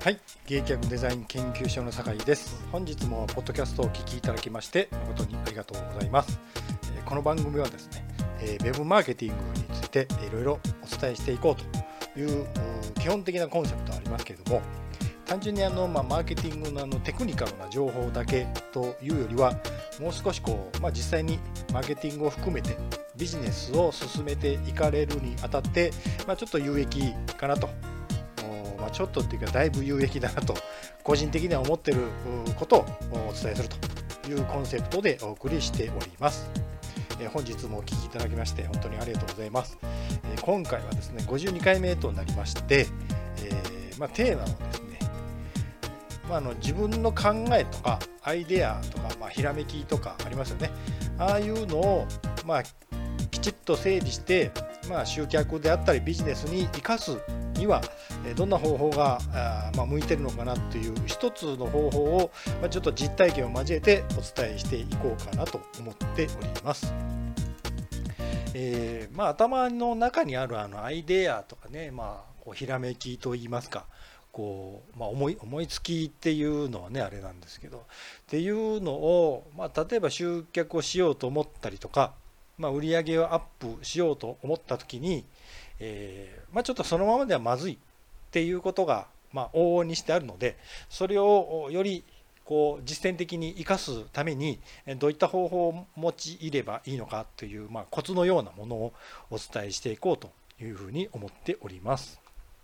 はい、芸脚デザイン研究所の酒井です。本日もポッドキャストをお聞きいただきまして誠にありがとうございます。この番組はですね、ウェブマーケティングについていろいろお伝えしていこうという基本的なコンセプトはありますけれども、単純にマーケティングのテクニカルな情報だけというよりは、もう少し実際にマーケティングを含めてビジネスを進めていかれるにあたって、ちょっと有益かなと、ちょっとっていうかだいぶ有益だなと個人的には思っていることをお伝えするというコンセプトでお送りしております。本日もお聞きいただきまして本当にありがとうございます。今回はですね52回目となりまして、テーマはですね、自分の考えとかアイデアとか、ひらめきとかありますよね。ああいうのをきちっと整理して、集客であったりビジネスに生かすにはどんな方法が向いてるのかなという一つの方法をちょっと実体験を交えてお伝えしていこうかなと思っております。頭の中にあるアイデアとかね、ひらめきといいますか、思いつきっていうのはねあれなんですけど、っていうのを、例えば集客をしようと思ったりとか、売り上げをアップしようと思った時に、ちょっとそのままではまずいっていうことが、往々にしてあるので、それをより実践的に生かすためにどういった方法を用いればいいのかという、コツのようなものをお伝えしていこうというふうに思っております。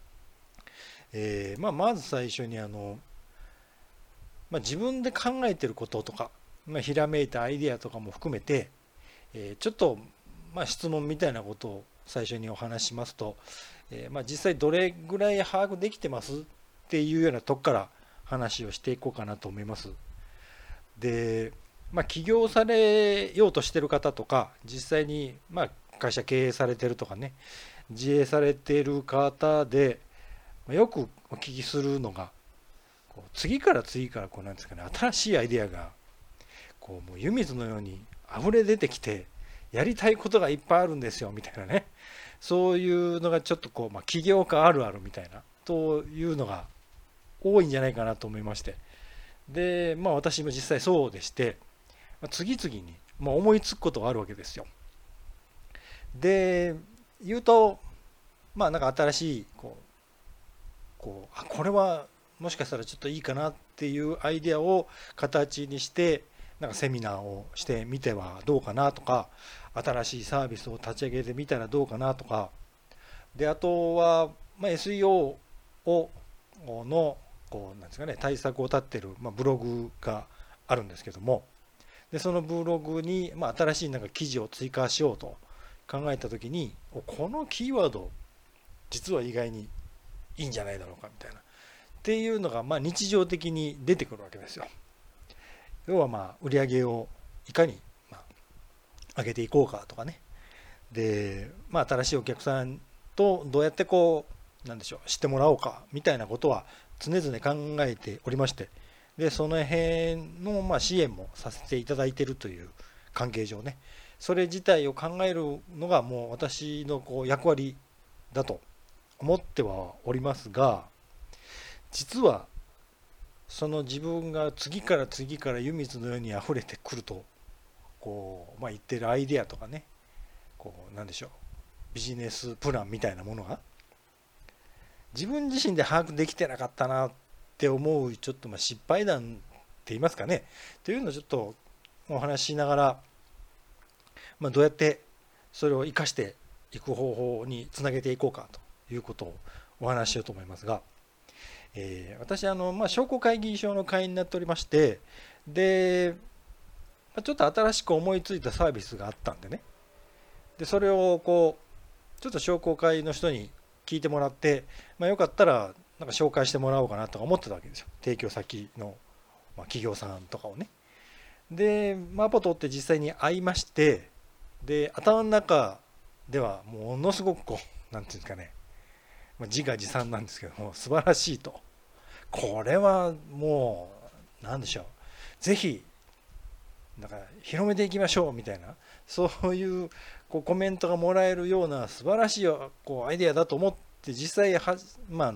まず最初に自分で考えていることとか、ひらめいたアイデアとかも含めて、ちょっと質問みたいなことを最初にお話しますと、実際どれぐらい把握できてますっていうようなとこから話をしていこうかなと思います。で、起業されようとしている方とか、実際に会社経営されてるとかね、自営されている方でよくお聞きするのが、次から次からなんですかね、新しいアイデアがもう湯水のように溢れ出てきて、やりたいことがいっぱいあるんですよみたいなね、そういうのがちょっと起業家あるあるみたいなというのが多いんじゃないかなと思いまして、で私も実際そうでして、次々に思いつくことがあるわけですよ。で言うとなんか新しいこれはもしかしたらちょっといいかなっていうアイデアを形にして、なんかセミナーをしてみてはどうかなとか、新しいサービスを立ち上げてみたらどうかなとかで、あとは、SEO をのなんですかね、対策を立ってる、ブログがあるんですけども、でそのブログに、新しいなんか記事を追加しようと考えた時に、このキーワード実は意外にいいんじゃないだろうかみたいなっていうのが日常的に出てくるわけですよ。要は売り上げをいかに上げていこうかとかね、で新しいお客さんとどうやってなんでしょう知ってもらおうかみたいなことは常々考えておりまして、でその辺の支援もさせていただいているという関係上ね、それ自体を考えるのがもう私の役割だと思ってはおりますが、実はその自分が次から次から湯水のように溢れてくると言ってるアイデアとかね、なんでしょうビジネスプランみたいなものが自分自身で把握できてなかったなって思う、ちょっと失敗談って言いますかねというのをちょっとお話ししながら、どうやってそれを生かしていく方法につなげていこうかということをお話ししようと思いますが、私商工会議所の会員になっておりまして、でちょっと新しく思いついたサービスがあったんでね、でそれをちょっと商工会の人に聞いてもらって、よかったらなんか紹介してもらおうかなとか思ってたわけですよ。提供先の、企業さんとかをね。でアポ取って実際に会いまして、で頭の中ではものすごくなんていうんですかね、自画自賛なんですけども、素晴らしいと、これはもうなんでしょう、ぜひなんか広めていきましょうみたいな、そういうコメントがもらえるような素晴らしいアイデアだと思って実際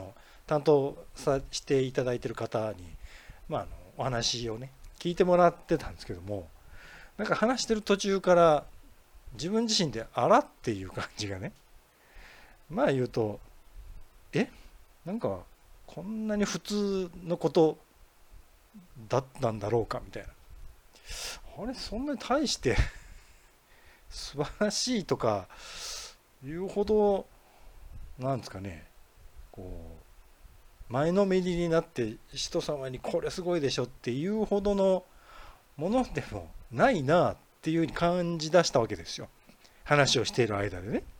担当さしていただいている方に、お話をね聞いてもらってたんですけども、なんか話してる途中から自分自身であらっていう感じがね、言うとなんかこんなに普通のことだったんだろうかみたいな、あれそんなに大して素晴らしいとかいうほどなんですかね、こう前のめりになって人様にこれすごいでしょっていうほどのものでもないなっていうふうに感じ出したわけですよ、話をしている間でね。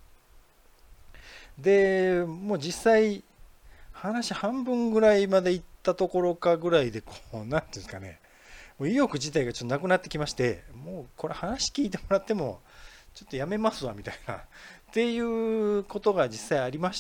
でもう実際話半分ぐらいまで行ったところかぐらいで、こうなんていうんですかね、もう意欲自体がちょっとなくなってきまして、もうこれ話聞いてもらってもちょっとやめますわみたいなっていうことが実際ありまして、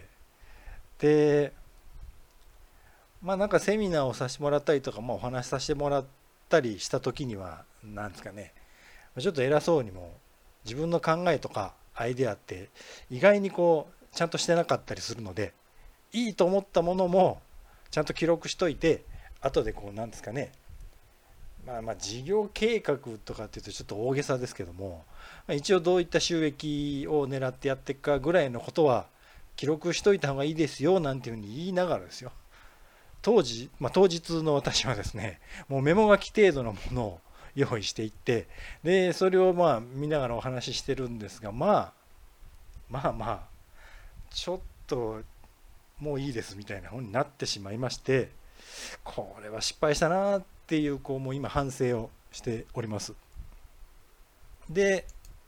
でなんかセミナーをさせてもらったりとか、お話しさせてもらったりした時にはなんですかね、ちょっと偉そうにも自分の考えとかアイデアって意外にこうちゃんとしてなかったりするので、いいと思ったものもちゃんと記録しといて、後でこうなんですかね、事業計画とかっていうとちょっと大げさですけども、一応どういった収益を狙ってやっていくかぐらいのことは記録しといた方がいいですよなんていうふうに言いながらですよ、当日の私はですね、もうメモ書き程度のものを用意していって、でそれを見ながらお話ししてるんですが、ちょっともういいですみたいな本になってしまいまして、これは失敗したなっていう、もう今反省をしております。で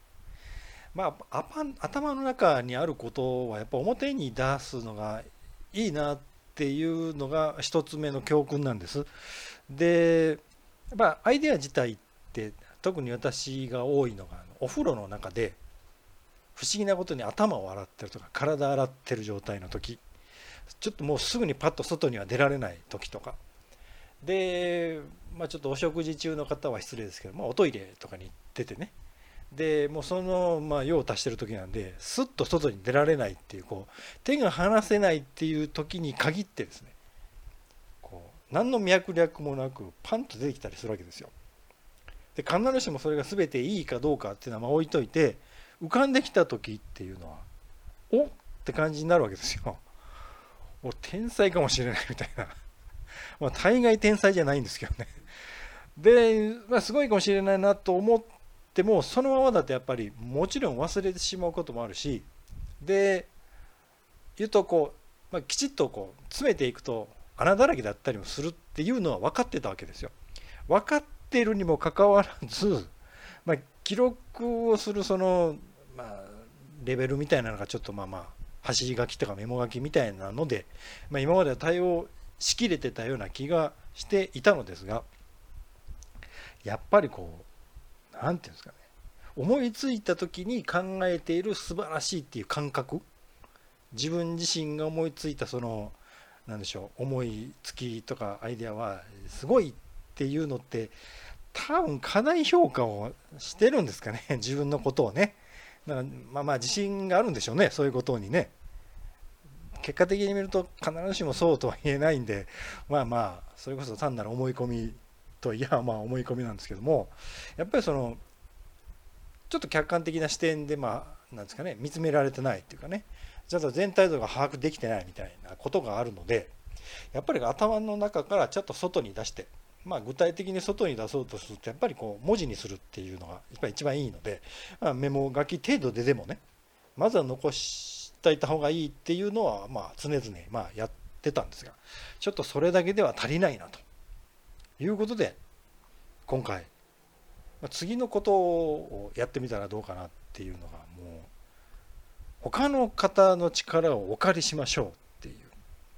頭の中にあることはやっぱ表に出すのがいいなっていうのが一つ目の教訓なんです。でアイデア自体って特に私が多いのが、お風呂の中で不思議なことに頭を洗ってるとか体洗ってる状態の時、ちょっともうすぐにパッと外には出られない時とかで、ちょっとお食事中の方は失礼ですけど、おトイレとかに出てね、でもうその用を足してる時なんで、スッと外に出られないっていう、手が離せないっていう時に限ってですね、何の脈略もなくパンと出てきたりするわけですよ。で必ずしもそれが全ていいかどうかっていうのは置いといて、浮かんできた時っていうのはおって感じになるわけですよ。天才かもしれないみたいな大概天才じゃないんですけどね。で、すごいかもしれないなと思っても、そのままだとやっぱりもちろん忘れてしまうこともあるし、で言うときちっと詰めていくと穴だらけだったりもするっていうのは分かってたわけですよ。分かっているにもかかわらず、記録をするその、レベルみたいなのがちょっと走り書きとかメモ書きみたいなので、今までは対応しきれてたような気がしていたのですが、やっぱりなんていうんですかね、思いついた時に考えている素晴らしいっていう感覚、自分自身が思いついたそのなんでしょう、思いつきとかアイデアはすごいっていうのって、多分過大評価をしてるんですかね、自分のことをね。だから自信があるんでしょうね、そういうことにね。結果的に見ると必ずしもそうとは言えないんで、それこそ単なる思い込みといや思い込みなんですけども、やっぱりそのちょっと客観的な視点でなんですかね、見つめられてないっていうかね、ちょっと全体像が把握できてないみたいなことがあるので、やっぱり頭の中からちょっと外に出して、具体的に外に出そうとするとやっぱり文字にするっていうのがやっぱり一番いいので、メモ書き程度ででもね、まずは残しておいた方がいいっていうのは常々やってたんですが、ちょっとそれだけでは足りないなということで、今回次のことをやってみたらどうかなっていうのが、もう他の方の力をお借りしましょうっていう。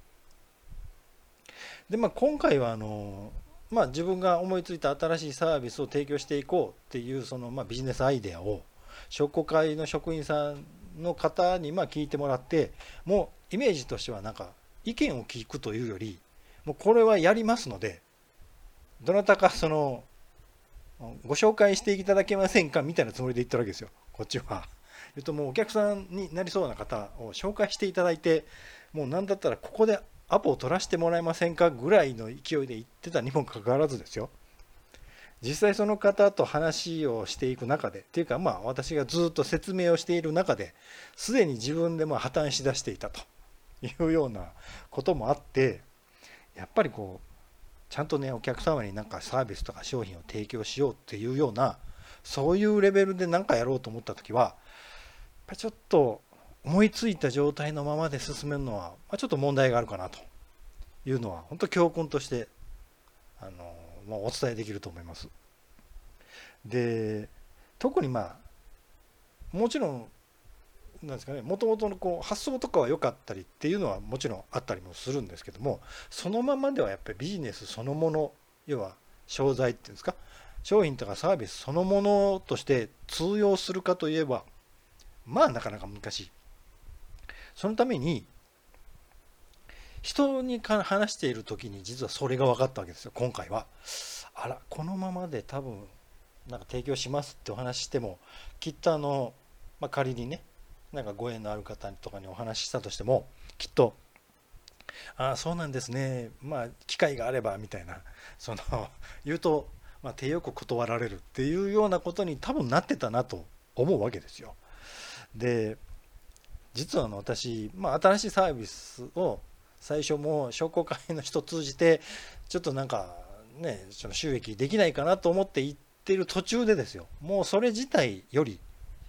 で今回は自分が思いついた新しいサービスを提供していこうっていうそのビジネスアイデアを商工会の職員さんの方に聞いてもらって、もうイメージとしては意見を聞くというより、もうこれはやりますので、どなたかそのご紹介していただけませんかみたいなつもりで言ってるわけですよ、こっちは。もうお客さんになりそうな方を紹介していただいて、もう何だったらここでアポを取らせてもらえませんかぐらいの勢いで言ってたにもかかわらずですよ、実際その方と話をしていく中でっていうか、私がずっと説明をしている中ですでに自分で破綻しだしていたというようなこともあって、やっぱりちゃんとねお客様にサービスとか商品を提供しようっていうようなそういうレベルでやろうと思った時はやっぱりちょっと思いついた状態のままで進めるのはちょっと問題があるかなというのは本当教訓としてお伝えできると思います。で特にもちろんなんですかね、もともとの発想とかは良かったりっていうのはもちろんあったりもするんですけども、そのままではやっぱりビジネスそのもの、要は商材っていうんですか、商品とかサービスそのものとして通用するかといえばなかなか難しい。そのために人に話している時に実はそれが分かったわけですよ。今回はこのままで多分提供しますってお話してもきっと仮にねご縁のある方とかにお話ししたとしてもきっとそうなんですね、機会があればみたいな言うと手よく断られるっていうようなことに多分なってたなと思うわけですよ。で実は私、新しいサービスを最初も商工会の人通じてちょっとその収益できないかなと思って行ってる途中でですよ、もうそれ自体より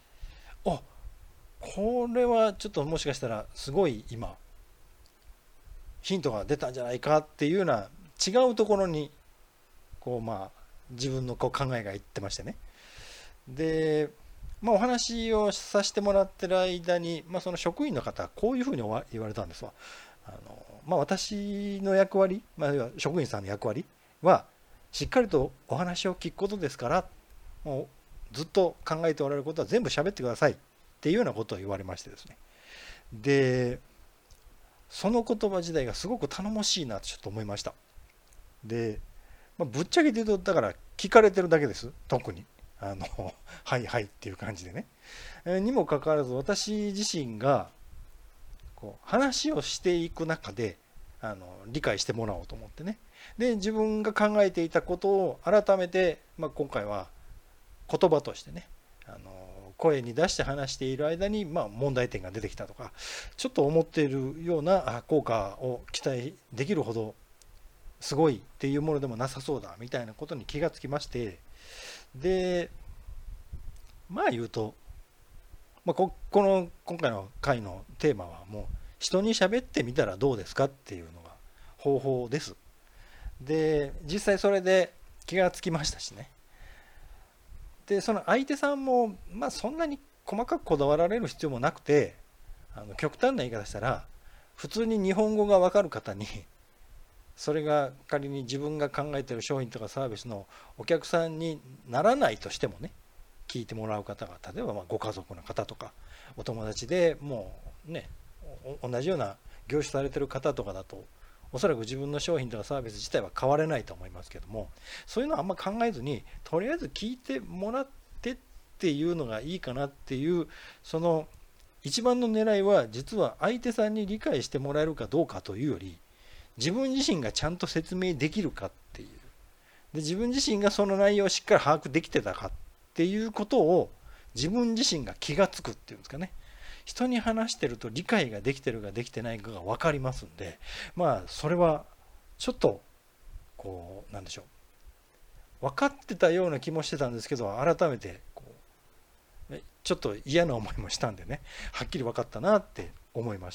これはちょっともしかしたらすごい今ヒントが出たんじゃないかっていうような違うところに自分の考えがいってましてね。でお話をさせてもらってる間に、その職員の方はこういうふうに言われたんですわ。私の役割、要は職員さんの役割はしっかりとお話を聞くことですから、もうずっと考えておられることは全部喋ってくださいっていうようなことを言われましてですね。でその言葉自体がすごく頼もしいなとちょっと思いました。で、ぶっちゃけて言うとだから聞かれてるだけです。特にはいはいっていう感じでね、にもかかわらず私自身が話をしていく中で理解してもらおうと思ってね、で自分が考えていたことを改めて、今回は言葉としてね声に出して話している間に問題点が出てきたとか、ちょっと思っているような効果を期待できるほどすごいっていうものでもなさそうだみたいなことに気がつきまして、で言うと、今回の回のテーマはもう人に喋ってみたらどうですかっていうのが方法です。で実際それで気がつきましたしね。でその相手さんもそんなに細かくこだわられる必要もなくて、極端な言い方したら普通に日本語が分かる方にそれが仮に自分が考えている商品とかサービスのお客さんにならないとしてもね、聞いてもらう方が例えばご家族の方とかお友達でもうね同じような業種されてる方とかだとおそらく自分の商品とかサービス自体は変われないと思いますけども、そういうのはあんま考えずにとりあえず聞いてもらってっていうのがいいかなっていう、その一番の狙いは実は相手さんに理解してもらえるかどうかというより自分自身がちゃんと説明できるかっていう、で自分自身がその内容をしっかり把握できてたかっていうことを自分自身が気がつくっていうんですかね。人に話してると理解ができてるかできてないかが分かりますんで、それはちょっとなんでしょう、分かってたような気もしてたんですけど改めてちょっと嫌な思いもしたんでね、はっきり分かったなって思いました。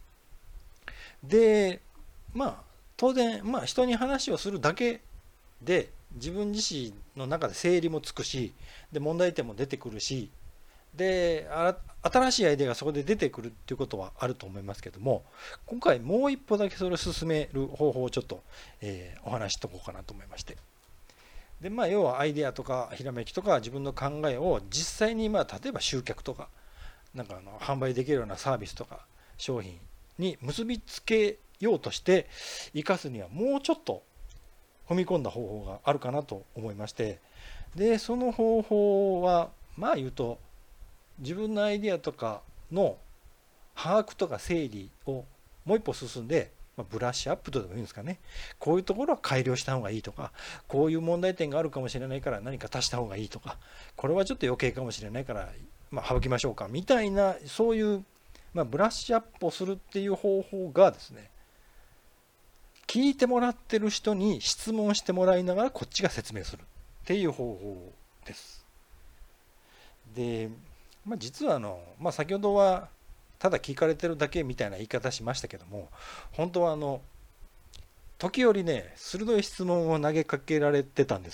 で当然人に話をするだけで自分自身の中で整理もつくし、で問題点も出てくるし、で新しいアイデアがそこで出てくるっていうことはあると思いますけども、今回もう一歩だけそれを進める方法をちょっと、お話ししとこうかなと思いまして、で要はアイデアとかひらめきとか自分の考えを実際に例えば集客とか販売できるようなサービスとか商品に結びつけようとして生かすにはもうちょっと踏み込んだ方法があるかなと思いまして、でその方法は言うと自分のアイデアとかの把握とか整理をもう一歩進んで、 ブラッシュアップとでもいいんですかね。こういうところは改良した方がいいとか、こういう問題点があるかもしれないから何か足した方がいいとか、これはちょっと余計かもしれないから、省きましょうかみたいな、そういう、ブラッシュアップをするっていう方法がですね、聞いてもらってる人に質問してもらいながらこっちが説明するっていう方法です。で、実は先ほどはただ聞かれてるだけみたいな言い方しましたけども、本当は時折ね、鋭い質問を投げかけられてたんです。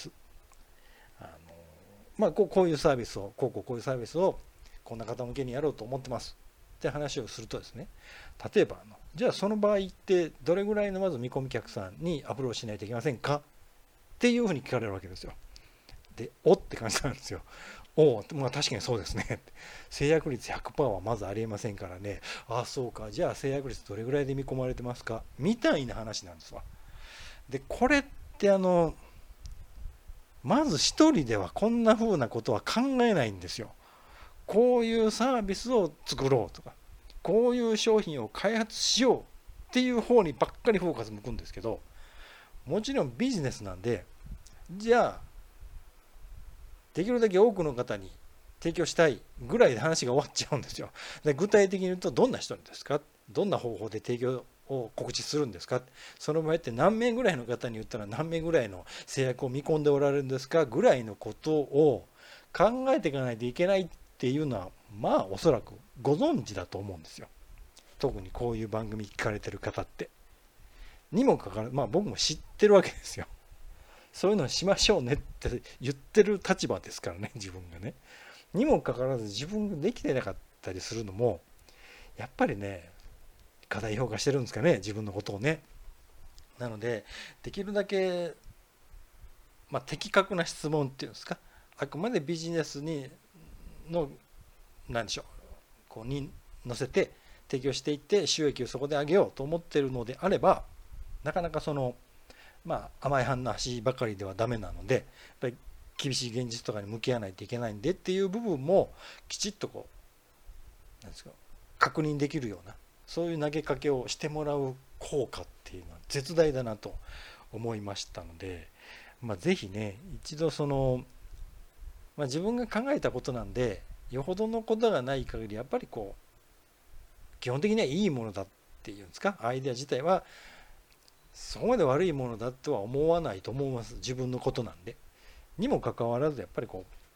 こういうサービスをこういうサービスをこんな方向けにやろうと思ってますって話をするとですね、例えばじゃあその場合ってどれぐらいのまず見込み客さんにアプローチしないといけませんかっていうふうに聞かれるわけですよ。で、おって感じなんですよ。確かにそうですね。制約率 100% はまずありえませんからね。ああ、そうか。じゃあ制約率どれぐらいで見込まれてますかみたいな話なんですわ。で、これってまず一人ではこんな風なことは考えないんですよ。こういうサービスを作ろうとか、こういう商品を開発しようっていう方にばっかりフォーカス向くんですけど、もちろんビジネスなんで、じゃあできるだけ多くの方に提供したいぐらいで話が終わっちゃうんですよ。で、具体的に言うとどんな人ですか、どんな方法で提供を告知するんですか、その場合って何名ぐらいの方に言ったら何名ぐらいの制約を見込んでおられるんですかぐらいのことを考えていかないといけないっていうのはおそらくご存知だと思うんですよ。特にこういう番組聞かれてる方ってにもかかわらず、僕も知ってるわけですよ。そういうのしましょうねって言ってる立場ですからね、自分がね。にもかかわらず自分ができてなかったりするのもやっぱりね、過大評価してるんですかね、自分のことをね。なのでできるだけ、的確な質問っていうんですか、あくまでビジネス何でしょう、に乗せて提供していって収益をそこで上げようと思っているのであれば、なかなか甘い話ばかりではダメなので、やっぱり厳しい現実とかに向き合わないといけないんでっていう部分もきちっとなんですか、確認できるような、そういう投げかけをしてもらう効果っていうのは絶大だなと思いましたので、ぜひね、一度自分が考えたことなんで、よほどのことがない限りやっぱり基本的にはいいものだっていうんですか、アイデア自体はそこまで悪いものだとは思わないと思います。自分のことなんで。にもかかわらずやっぱり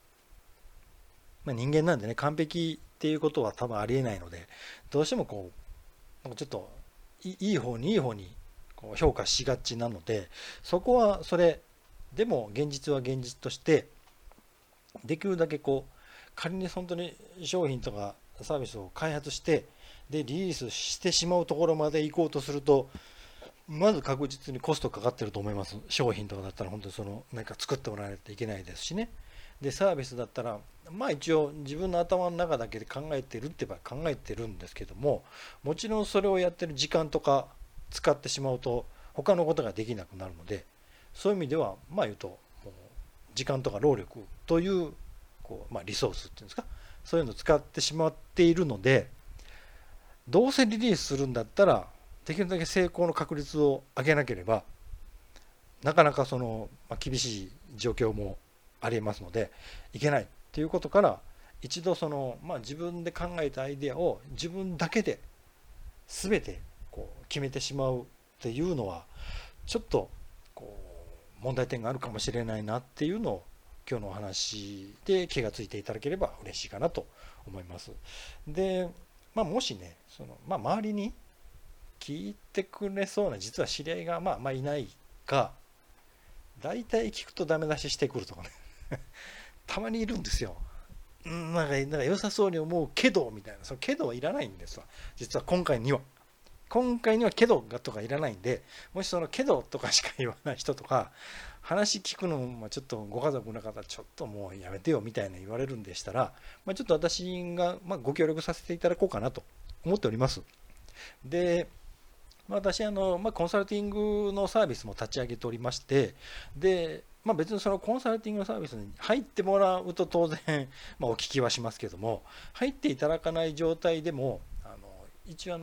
人間なんでね、完璧っていうことは多分ありえないので、どうしてもちょっといい方に評価しがちなので、そこはそれでも現実は現実としてできるだけ仮に本当に商品とかサービスを開発してでリリースしてしまうところまで行こうとすると、まず確実にコストかかってると思います。商品とかだったら本当に何か作ってもらわないといけないですしね。でサービスだったら一応自分の頭の中だけで考えてるって言えば考えてるんですけども、もちろんそれをやってる時間とか使ってしまうと他のことができなくなるので、そういう意味では言うと時間とか労力というリソースっていうんですか、そういうのを使ってしまっているので、どうせリリースするんだったらできるだけ成功の確率を上げなければなかなか厳しい状況もありえますのでいけないということから、一度自分で考えたアイデアを自分だけで全て決めてしまうっていうのはちょっと問題点があるかもしれないなっていうのを今日のお話で気がついていただければ嬉しいかなと思います。で、もしね周りに聞いてくれそうな実は知り合いがいないか、大体聞くとダメ出ししてくるとかねたまにいるんですよ。なんか良さそうに思うけどみたいな、そのけどはいらないんですわ。実は今回にはけどがとかいらないんで、もしそのけどとかしか言わない人とか、話聞くのもちょっとご家族の方ちょっともうやめてよみたいな言われるんでしたら、ちょっと私がご協力させていただこうかなと思っております。で、私コンサルティングのサービスも立ち上げておりまして、で、別にそのコンサルティングのサービスに入ってもらうと当然、お聞きはしますけども、入っていただかない状態でも一応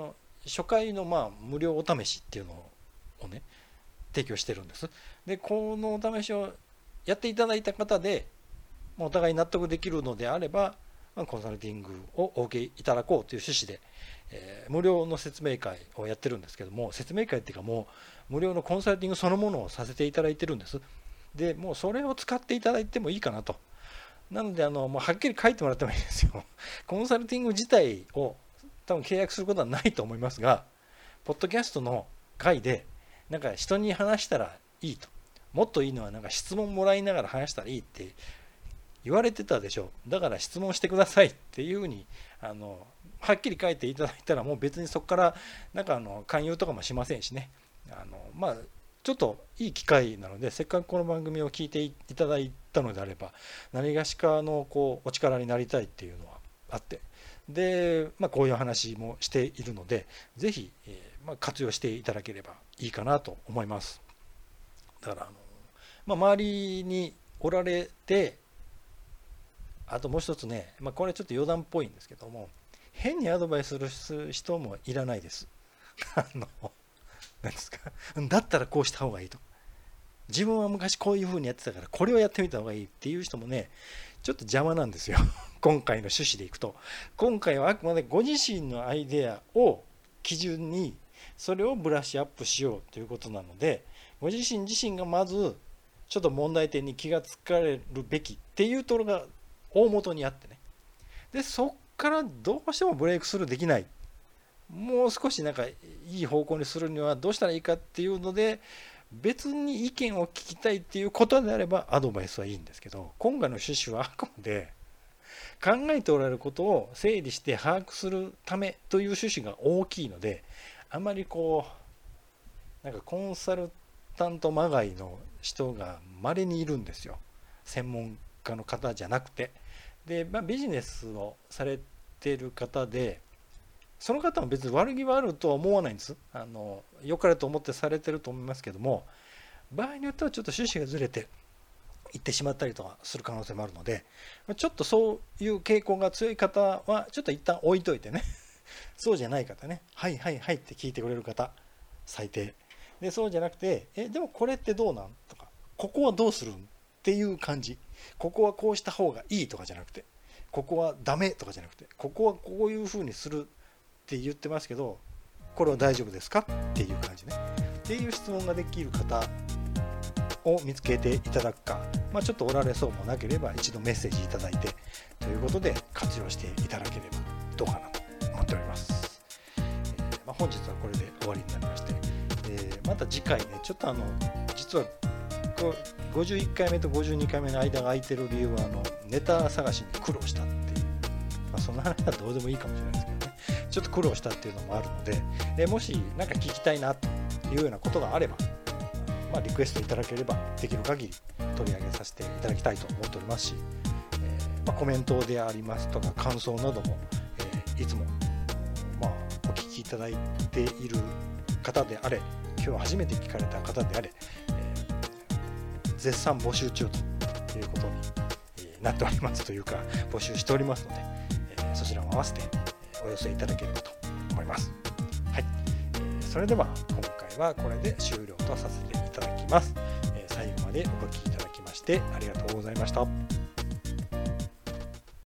初回の無料お試しっていうのをね提供してるんです。でこのお試しをやっていただいた方でお互い納得できるのであればコンサルティングをお受けいただこうという趣旨で、無料の説明会をやってるんですけども、説明会っていうかもう無料のコンサルティングそのものをさせていただいてるんです。でもうそれを使っていただいてもいいかなと。なのでもうはっきり書いてもらってもいいですよ。コンサルティング自体を多分契約することはないと思いますが、ポッドキャストの回でなんか人に話したらいいと、もっといいのはなんか質問もらいながら話したらいいって言われてたでしょ。だから質問してくださいっていうふうにはっきり書いていただいたら、もう別にそこからなんか勧誘とかもしませんしね。ちょっといい機会なので、せっかくこの番組を聞いていただいたのであれば、何がしかのお力になりたいっていうのはあって、で、こういう話もしているので、ぜひ、活用していただければいいかなと思います。だから周りにおられて、あともう一つね、これちょっと余談っぽいんですけども、変にアドバイスする人もいらないです。何ですか、だったらこうした方がいいと、自分は昔こういう風にやってたからこれをやってみた方がいいっていう人もね、ちょっと邪魔なんですよ。今回の趣旨でいくと、今回はあくまでご自身のアイデアを基準にそれをブラッシュアップしようということなので、ご自身がまずちょっと問題点に気がつかれるべきっていうところが大元にあってね、でそっからどうしてもブレイクスルーできない、もう少しなんかいい方向にするにはどうしたらいいかっていうので、別に意見を聞きたいっていうことであればアドバイスはいいんですけど、今回の趣旨はあくまで考えておられることを整理して把握するためという趣旨が大きいので、あまりなんかコンサルタントまがいの人が稀にいるんですよ。専門家の方じゃなくて。で、ビジネスをされている方で、その方も別に悪気はあるとは思わないんです。良かれと思ってされてると思いますけども、場合によってはちょっと趣旨がずれていってしまったりとかする可能性もあるので、ちょっとそういう傾向が強い方はちょっと一旦置いといてね、そうじゃない方ね、はいはいはいって聞いてくれる方最低で、そうじゃなくてでもこれってどうなんとか、ここはどうするんっていう感じ、ここはこうした方がいいとかじゃなくて、ここはダメとかじゃなくて、ここはこういう風にするって言ってますけど、これは大丈夫ですかっていう感じね、っていう質問ができる方を見つけていただくか、ちょっとおられそうもなければ一度メッセージいただいてということで活用していただければどうかなと思っております。本日はこれで終わりになりまして、また次回ね、ちょっと実は51回目と52回目の間が空いてる理由はネタ探しに苦労したっていう、そんな話はどうでもいいかもしれないですけどね、ちょっと苦労したっていうのもあるので、もし何か聞きたいなというようなことがあれば、リクエストいただければできる限り取り上げさせていただきたいと思っておりますし、コメントでありますとか感想なども、いつも、お聞きいただいている方であれ、今日初めて聞かれた方であれ、絶賛募集中ということになっておりますというか、募集しておりますので、そちらも合わせてお寄せいただければと思います。はい、それでは今回はこれで終了とさせていただきます。最後までお聞きいただきましてありがとうございました。